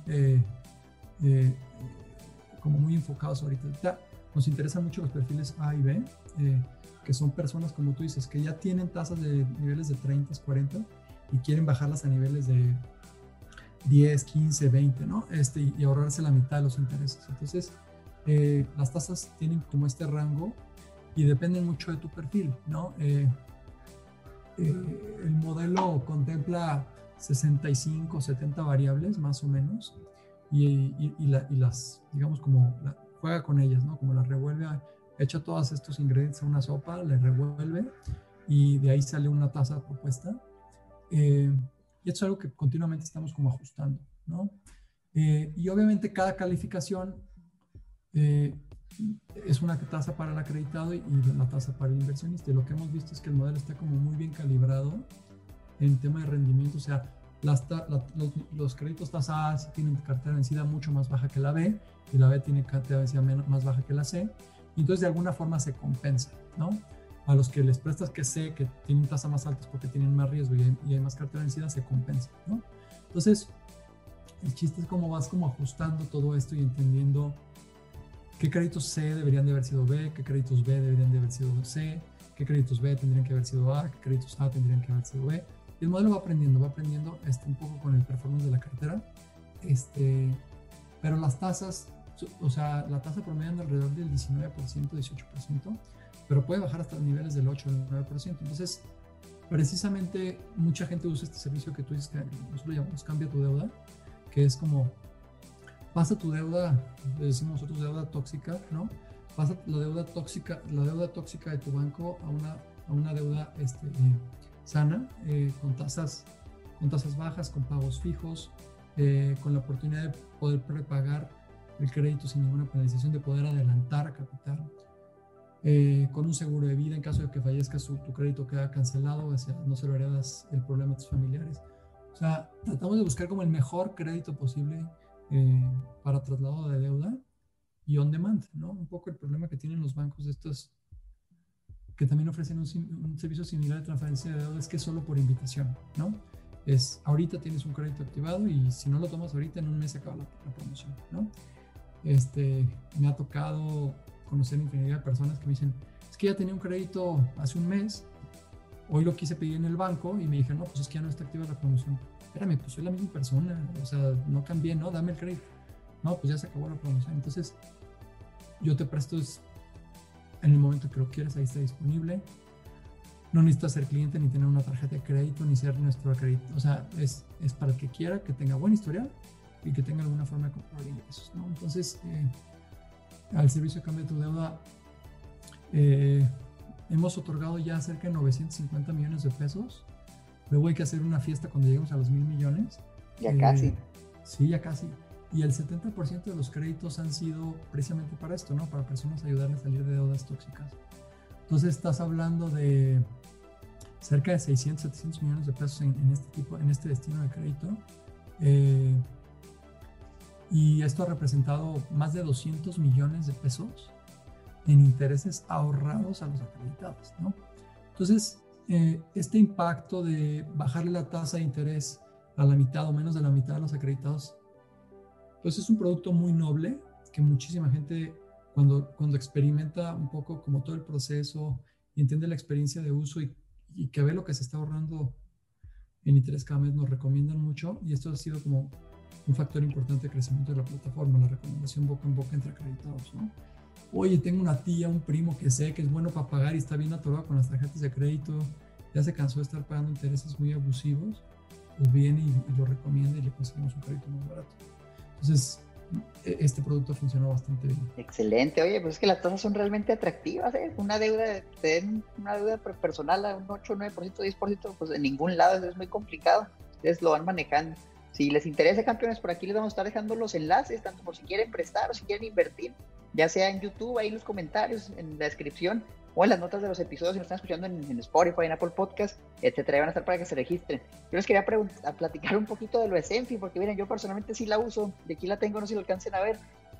enfocados ahorita. Nos interesan mucho los perfiles A y B, que son personas, como tú dices, que ya tienen tasas de niveles de 30, 40 y quieren bajarlas a niveles de 10, 15, 20, ¿no? Y ahorrarse la mitad de los intereses. Entonces, las tasas tienen como este rango y dependen mucho de tu perfil, ¿no? El modelo contempla 65, 70 variables más o menos y las, digamos, juega con ellas, ¿no? Como las revuelve, echa todos estos ingredientes a una sopa, le revuelve y de ahí sale una tasa propuesta. Y esto es algo que continuamente estamos como ajustando, ¿no? Y obviamente cada calificación es una tasa para el acreditado y la tasa para el inversionista. Y lo que hemos visto es que el modelo está como muy bien calibrado en tema de rendimiento. O sea, los créditos tasa A sí tienen cartera vencida mucho más baja que la B y la B tiene cartera vencida más baja que la C. Y entonces de alguna forma se compensa, ¿no? A los que les prestas que C, que tienen tasa más altas porque tienen más riesgo y hay más cartera vencida, se compensa, ¿no? Entonces, el chiste es cómo vas como ajustando todo esto y entendiendo qué créditos C deberían de haber sido B, qué créditos B deberían de haber sido C, qué créditos B tendrían que haber sido A, qué créditos A tendrían que haber sido B. Y el modelo va aprendiendo un poco con el performance de la cartera. Pero las tasas, o sea, la tasa promedio anda alrededor del 19%, 18%, pero puede bajar hasta los niveles del 8 o del 9%. Entonces, precisamente mucha gente usa este servicio que tú dices, que nosotros lo llamamos Cambia tu Deuda, que es como pasa tu deuda, le decimos nosotros deuda tóxica, ¿no? Pasa la deuda tóxica de tu banco a una deuda sana, con tasas bajas, con pagos fijos, con la oportunidad de poder prepagar el crédito sin ninguna penalización, de poder adelantar capital, con un seguro de vida en caso de que fallezcas, tu crédito queda cancelado, o sea, no se lo heredas el problema a tus familiares. O sea, tratamos de buscar como el mejor crédito posible para traslado de deuda y on demand, ¿no? Un poco el problema que tienen los bancos de estos que también ofrecen un servicio similar de transferencia de deuda es que es solo por invitación, ¿no? Ahorita tienes un crédito activado y si no lo tomas ahorita, en un mes se acaba la promoción, ¿no? Me ha tocado conocer infinidad de personas que me dicen, es que ya tenía un crédito hace un mes, hoy lo quise pedir en el banco y me dijeron, no, pues es que ya no está activa la promoción. Espérame, pues soy la misma persona, o sea, no cambié, ¿no? Dame el crédito. No, pues ya se acabó la promoción. Entonces, yo te presto en el momento que lo quieras, ahí está disponible. No necesitas ser cliente, ni tener una tarjeta de crédito, ni ser nuestro acreditado. O sea, es para el que quiera, que tenga buen historial y que tenga alguna forma de comprobar ingresos, ¿no? Entonces, al servicio de Cambia tu Deuda, hemos otorgado ya cerca de 950 millones de pesos. Luego hay que hacer una fiesta cuando lleguemos a los 1,000 millones. Ya casi. Sí, ya casi. Y el 70% de los créditos han sido precisamente para esto, ¿no? Para personas ayudarles a salir de deudas tóxicas. Entonces estás hablando de cerca de 600, 700 millones de pesos en este destino de crédito. Y esto ha representado más de 200 millones de pesos en intereses ahorrados a los acreditados, ¿no? Entonces, este impacto de bajarle la tasa de interés a la mitad o menos de la mitad de los acreditados, pues es un producto muy noble que muchísima gente cuando experimenta un poco como todo el proceso y entiende la experiencia de uso y que ve lo que se está ahorrando en interés cada mes nos recomiendan mucho y esto ha sido como un factor importante de crecimiento de la plataforma, la recomendación boca en boca entre acreditados, ¿no? Oye, tengo una tía, un primo que sé que es bueno para pagar y está bien atorado con las tarjetas de crédito, ya se cansó de estar pagando intereses muy abusivos, pues viene y lo recomienda y le conseguimos un crédito más barato. Entonces, este producto funcionó bastante bien. Excelente. Oye, pues es que las tasas son realmente atractivas, ¿eh? Una deuda, te den una deuda personal a un 8, 9%, 10%, pues en ningún lado, es muy complicado. Ustedes lo van manejando. Si les interesa, campeones, por aquí les vamos a estar dejando los enlaces, tanto por si quieren prestar o si quieren invertir, ya sea en YouTube, ahí en los comentarios, en la descripción, o en las notas de los episodios, si nos están escuchando en Spotify, en Apple Podcast, etcétera, van a estar para que se registren. Yo les quería platicar un poquito de lo de Zenfi, porque miren, yo personalmente sí la uso, de aquí la tengo, no sé si lo alcancen a ver.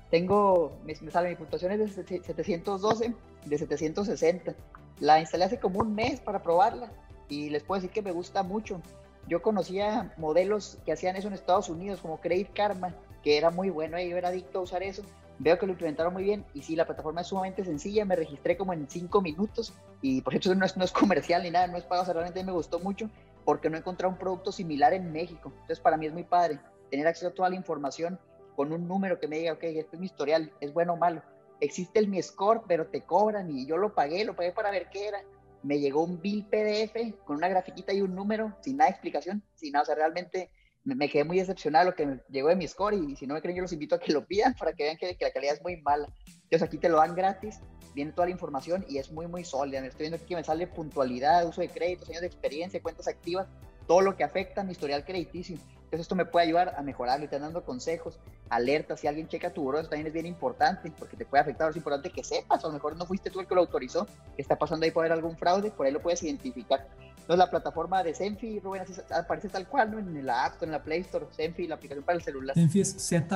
Me sale, mi puntuación es de 712, de 760. La instalé hace como un mes para probarla y les puedo decir que me gusta mucho. Yo conocía modelos que hacían eso en Estados Unidos, como Credit Karma, que era muy bueno, yo era adicto a usar eso. Veo que lo implementaron muy bien y sí, la plataforma es sumamente sencilla, me registré como en 5 minutos y por cierto no es comercial ni nada, no es pago, o sea, realmente me gustó mucho porque no he encontrado un producto similar en México. Entonces para mí es muy padre tener acceso a toda la información con un número que me diga, ok, este es mi historial, es bueno o malo. Existe el Mi Score, pero te cobran y yo lo pagué para ver qué era. Me llegó un bill PDF con una grafiquita y un número, sin nada de explicación, sin nada, o sea, realmente me quedé muy decepcionado lo que me llegó de Mi Score y si no me creen yo los invito a que lo pidan para que vean que la calidad es muy mala. Entonces aquí te lo dan gratis, viene toda la información y es muy muy sólida. Me estoy viendo aquí que me sale puntualidad, uso de créditos, años de experiencia, cuentas activas, todo lo que afecta a mi historial crediticio. Entonces esto me puede ayudar a mejorarlo y te dando consejos, alertas, si alguien checa tu buró, eso también es bien importante porque te puede afectar, es importante que sepas, a lo mejor no fuiste tú el que lo autorizó, que está pasando ahí, puede haber algún fraude, por ahí lo puedes identificar. Entonces la plataforma de Zenfi, Rubén, así aparece tal cual, ¿no? En la App Store, en la Play Store, Zenfi, la aplicación para el celular. Zenfi es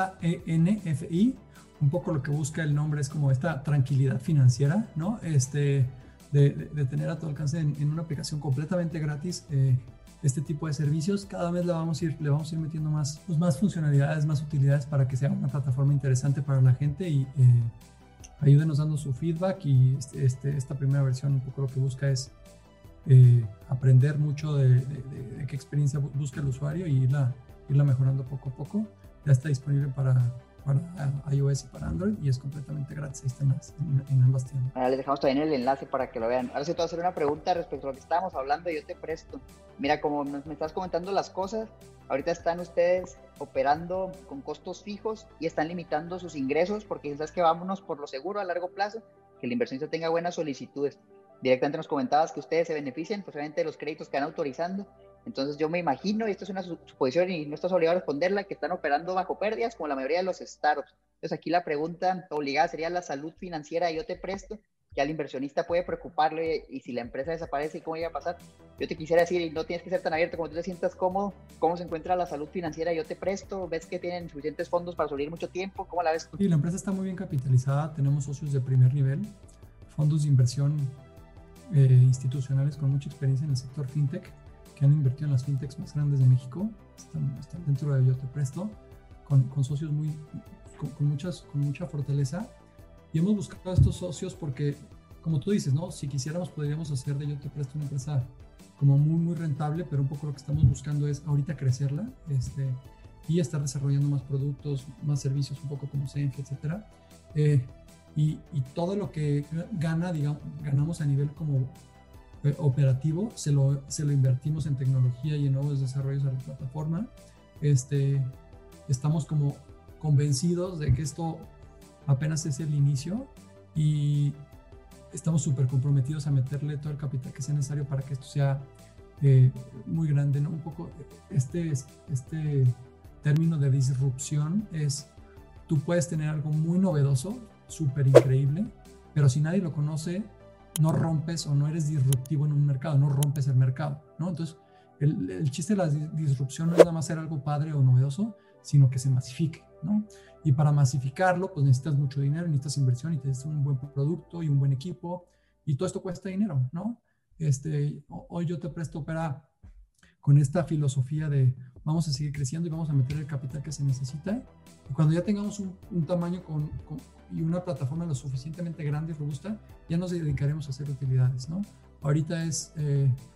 Zenfi, un poco lo que busca el nombre es como esta tranquilidad financiera, ¿no? De tener a tu alcance en una aplicación completamente gratis este tipo de servicios. Cada vez le vamos a ir metiendo más funcionalidades, más utilidades para que sea una plataforma interesante para la gente y ayúdenos dando su feedback y esta primera versión un poco lo que busca es aprender mucho de qué experiencia busca el usuario y irla mejorando poco a poco. Ya está disponible para iOS y para Android y es completamente gratis. Ahí están en ambas tiendas. Ahora les dejamos también el enlace para que lo vean. Ahora sí te voy a hacer una pregunta respecto a lo que estábamos hablando y yo te presto. Mira, como me estás comentando las cosas, ahorita están ustedes operando con costos fijos y están limitando sus ingresos porque sabes que vámonos por lo seguro a largo plazo, que el inversionista tenga buenas solicitudes. Directamente nos comentabas que ustedes se benefician posiblemente de los créditos que van autorizando. Entonces yo me imagino, y esto es una suposición y no estás obligado a responderla, que están operando bajo pérdidas como la mayoría de los startups. Entonces aquí la pregunta obligada sería la salud financiera de Yo Te Presto, que al inversionista puede preocuparle y si la empresa desaparece, ¿cómo iba a pasar? Yo te quisiera decir, y no tienes que ser tan abierto como tú te sientas cómodo, ¿cómo se encuentra la salud financiera de Yo Te Presto? ¿Ves que tienen suficientes fondos para sobrevivir mucho tiempo? ¿Cómo la ves tú? Sí, la empresa está muy bien capitalizada, tenemos socios de primer nivel, fondos de inversión institucionales con mucha experiencia en el sector fintech, que han invertido en las fintechs más grandes de México, están dentro de Yo Te Presto, con socios con mucha fortaleza, y hemos buscado a estos socios porque, como tú dices, ¿no? Si quisiéramos podríamos hacer de Yo Te Presto una empresa como muy muy rentable, pero un poco lo que estamos buscando es ahorita crecerla y estar desarrollando más productos, más servicios, un poco como Zenfi, etcétera. Y todo lo que ganamos a nivel como operativo se lo invertimos en tecnología y en nuevos desarrollos a la plataforma. Estamos como convencidos de que esto apenas es el inicio y estamos súper comprometidos a meterle todo el capital que sea necesario para que esto sea muy grande, ¿no? Un poco este término de disrupción es, tú puedes tener algo muy novedoso, súper increíble, pero si nadie lo conoce, no rompes o no eres disruptivo en un mercado, no rompes el mercado, ¿no? Entonces, el chiste de la disrupción no es nada más ser algo padre o novedoso, sino que se masifique, ¿no? Y para masificarlo, pues necesitas mucho dinero, necesitas inversión y necesitas un buen producto y un buen equipo, y todo esto cuesta dinero, ¿no? Hoy Yo Te Presto opera con esta filosofía de vamos a seguir creciendo y vamos a meter el capital que se necesita, y cuando ya tengamos un tamaño y una plataforma lo suficientemente grande y robusta, ya nos dedicaremos a hacer utilidades, ¿no? Ahorita es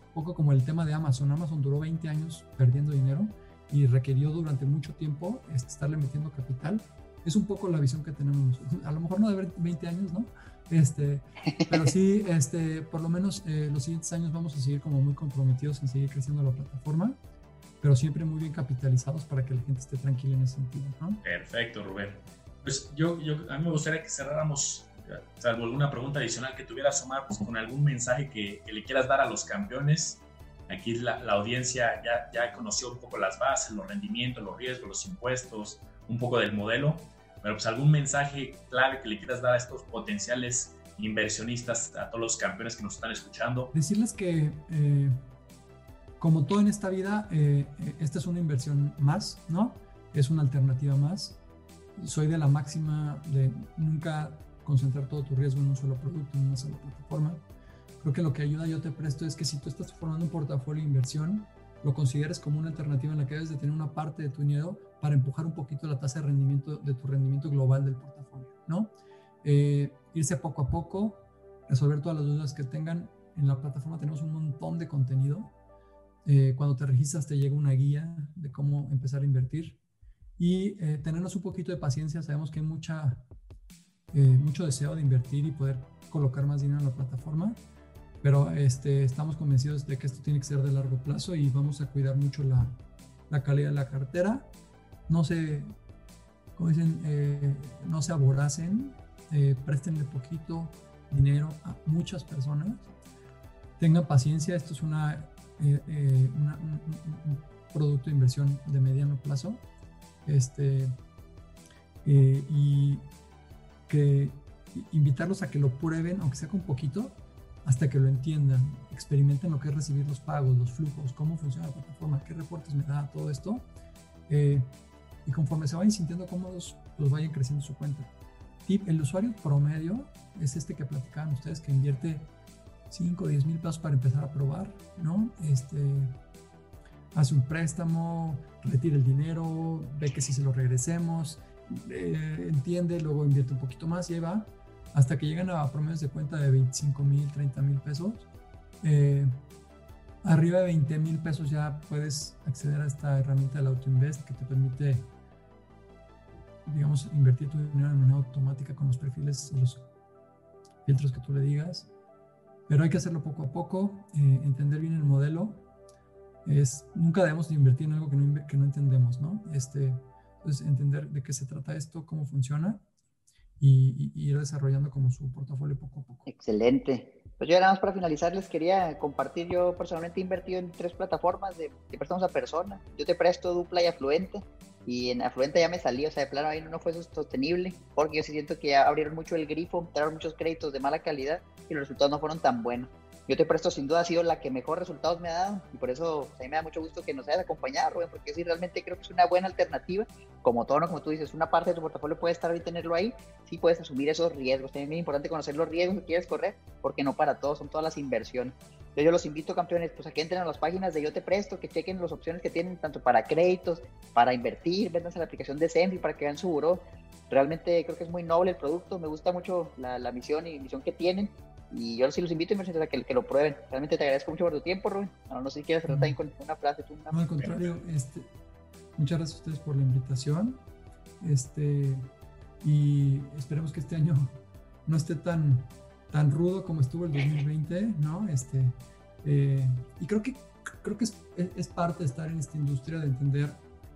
poco como el tema de Amazon. Amazon duró 20 años perdiendo dinero y requirió durante mucho tiempo estarle metiendo capital. Es un poco la visión que tenemos, a lo mejor no de 20 años, ¿no? Pero sí, por lo menos los siguientes años vamos a seguir como muy comprometidos en seguir creciendo la plataforma, pero siempre muy bien capitalizados para que la gente esté tranquila en ese sentido, ¿no? Perfecto, Rubén. Pues a mí me gustaría que cerráramos, salvo alguna pregunta adicional que tuvieras, Omar, pues con algún mensaje que le quieras dar a los campeones. Aquí la audiencia ya conoció un poco las bases, los rendimientos, los riesgos, los impuestos, un poco del modelo, pero pues algún mensaje clave que le quieras dar a estos potenciales inversionistas, a todos los campeones que nos están escuchando. Decirles que como todo en esta vida, esta es una inversión más, ¿no? Es una alternativa más. Soy de la máxima de nunca concentrar todo tu riesgo en un solo producto, en una sola plataforma. Creo que lo que ayuda Yo Te Presto es que si tú estás formando un portafolio de inversión, lo consideres como una alternativa en la que debes de tener una parte de tu dinero para empujar un poquito la tasa de rendimiento de tu rendimiento global del portafolio, ¿no? Irse poco a poco, resolver todas las dudas que tengan. En la plataforma tenemos un montón de contenido. Cuando te registras te llega una guía de cómo empezar a invertir y tenernos un poquito de paciencia. Sabemos que hay mucho deseo de invertir y poder colocar más dinero en la plataforma, pero estamos convencidos de que esto tiene que ser de largo plazo y vamos a cuidar mucho la calidad de la cartera. No se, como dicen, no se aboracen, préstenle poquito dinero a muchas personas, tengan paciencia. Esto es un producto de inversión de mediano plazo, y que invitarlos a que lo prueben, aunque sea con poquito, hasta que lo entiendan, experimenten lo que es recibir los pagos, los flujos, cómo funciona la plataforma, qué reportes me da, todo esto, y conforme se vayan sintiendo cómodos, pues vayan creciendo su cuenta. El usuario promedio es que platicaban ustedes, que invierte 5 o 10 mil pesos para empezar a probar, ¿no? Hace un préstamo, retira el dinero, ve que si se lo regresemos, entiende, luego invierte un poquito más y ahí va, hasta que llegan a promedios de cuenta de 25 mil, 30 mil pesos. Arriba de 20 mil pesos ya puedes acceder a esta herramienta del AutoInvest, que te permite, digamos, invertir tu dinero de manera automática con los perfiles y los filtros que tú le digas. Pero hay que hacerlo poco a poco, entender bien el modelo. Nunca debemos de invertir en algo que no entendemos, ¿no? Entonces, entender de qué se trata esto, cómo funciona, y ir desarrollando como su portafolio poco a poco. Excelente. Pues yo nada más para finalizar les quería compartir. Yo personalmente he invertido en 3 plataformas de préstamos a persona. Yo Te Presto, Dupla y Afluente. Y en Afluente ya me salí, o sea, de plano ahí no fue sostenible, porque yo sí siento que ya abrieron mucho el grifo, entraron muchos créditos de mala calidad y los resultados no fueron tan buenos. Yo Te Presto sin duda ha sido la que mejor resultados me ha dado, y por eso a mí me da mucho gusto que nos hayas acompañado, Rubén, porque sí, realmente creo que es una buena alternativa. Como todo, ¿no? Como tú dices, una parte de tu portafolio puede estar bien tenerlo ahí, sí puedes asumir esos riesgos. También es muy importante conocer los riesgos que quieres correr, porque no para todos, son todas las inversiones. Entonces yo los invito, campeones, pues a que entren a las páginas de Yo Te Presto, que chequen las opciones que tienen tanto para créditos, para invertir, véndanse la aplicación de Zenfi para que vean su buró. Realmente creo que es muy noble el producto, me gusta mucho la misión y misión que tienen, y yo sí los invito a que lo prueben. Realmente te agradezco mucho por tu tiempo, Rubén. No sé si quieres cerrar también con una frase. No, al contrario, muchas gracias a ustedes por la invitación, y esperemos que este año no esté tan rudo como estuvo el 2020, ¿no? Y creo que es parte de estar en esta industria, de entender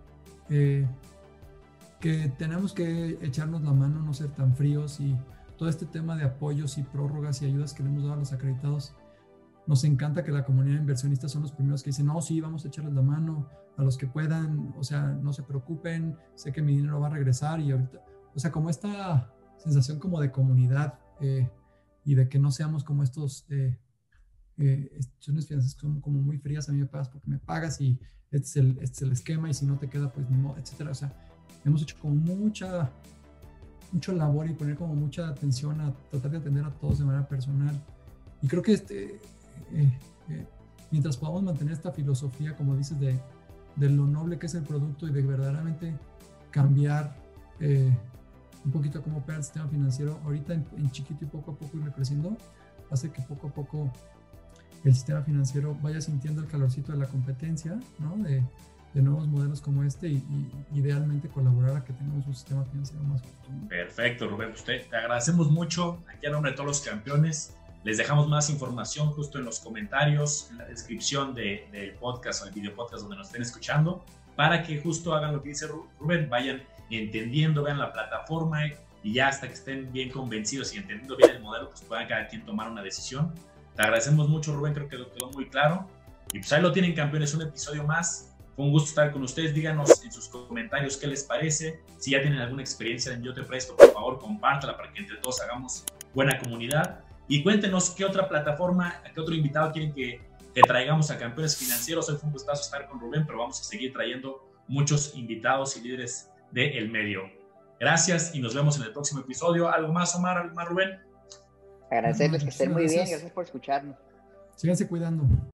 que tenemos que echarnos la mano, no ser tan fríos, y todo este tema de apoyos y prórrogas y ayudas que le hemos dado a los acreditados. Nos encanta que la comunidad de inversionistas son los primeros que dicen, no, sí, vamos a echarles la mano a los que puedan, o sea, no se preocupen, sé que mi dinero va a regresar. Y ahorita, o sea, como esta sensación como de comunidad, y de que no seamos como estos instituciones financieras que son como muy frías. A mí me pagas porque me pagas y este es el esquema, y si no te queda pues ni modo, etcétera. O sea, hemos hecho como mucho labor y poner como mucha atención a tratar de atender a todos de manera personal, y creo que mientras podamos mantener esta filosofía, como dices, de lo noble que es el producto y de verdaderamente cambiar un poquito cómo opera el sistema financiero ahorita en chiquito, y poco a poco ir creciendo, hace que poco a poco el sistema financiero vaya sintiendo el calorcito de la competencia, ¿no? De nuevos modelos como este y idealmente colaborar a que tengamos un sistema financiero más justo, ¿no? Perfecto, Rubén. Te agradecemos mucho. Aquí a nombre de todos los campeones, les dejamos más información justo en los comentarios, en la descripción del podcast o el video podcast donde nos estén escuchando, para que justo hagan lo que dice Rubén, vayan entendiendo, vean la plataforma y ya hasta que estén bien convencidos y entendiendo bien el modelo, pues puedan cada quien tomar una decisión. Te agradecemos mucho, Rubén, creo que lo quedó muy claro. Y pues ahí lo tienen, campeones, un episodio más. Fue un gusto estar con ustedes. Díganos en sus comentarios qué les parece. Si ya tienen alguna experiencia en Yo Te Presto, por favor, compártala para que entre todos hagamos buena comunidad. Y cuéntenos qué otra plataforma, qué otro invitado quieren que traigamos a Campeones Financieros. Hoy fue un gustazo estar con Rubén, pero vamos a seguir trayendo muchos invitados y líderes del medio. Gracias y nos vemos en el próximo episodio. ¿Algo más, Omar? ¿Algo más, Rubén? Agradecerles que estén muy bien. Gracias por escucharnos. Síganse cuidando.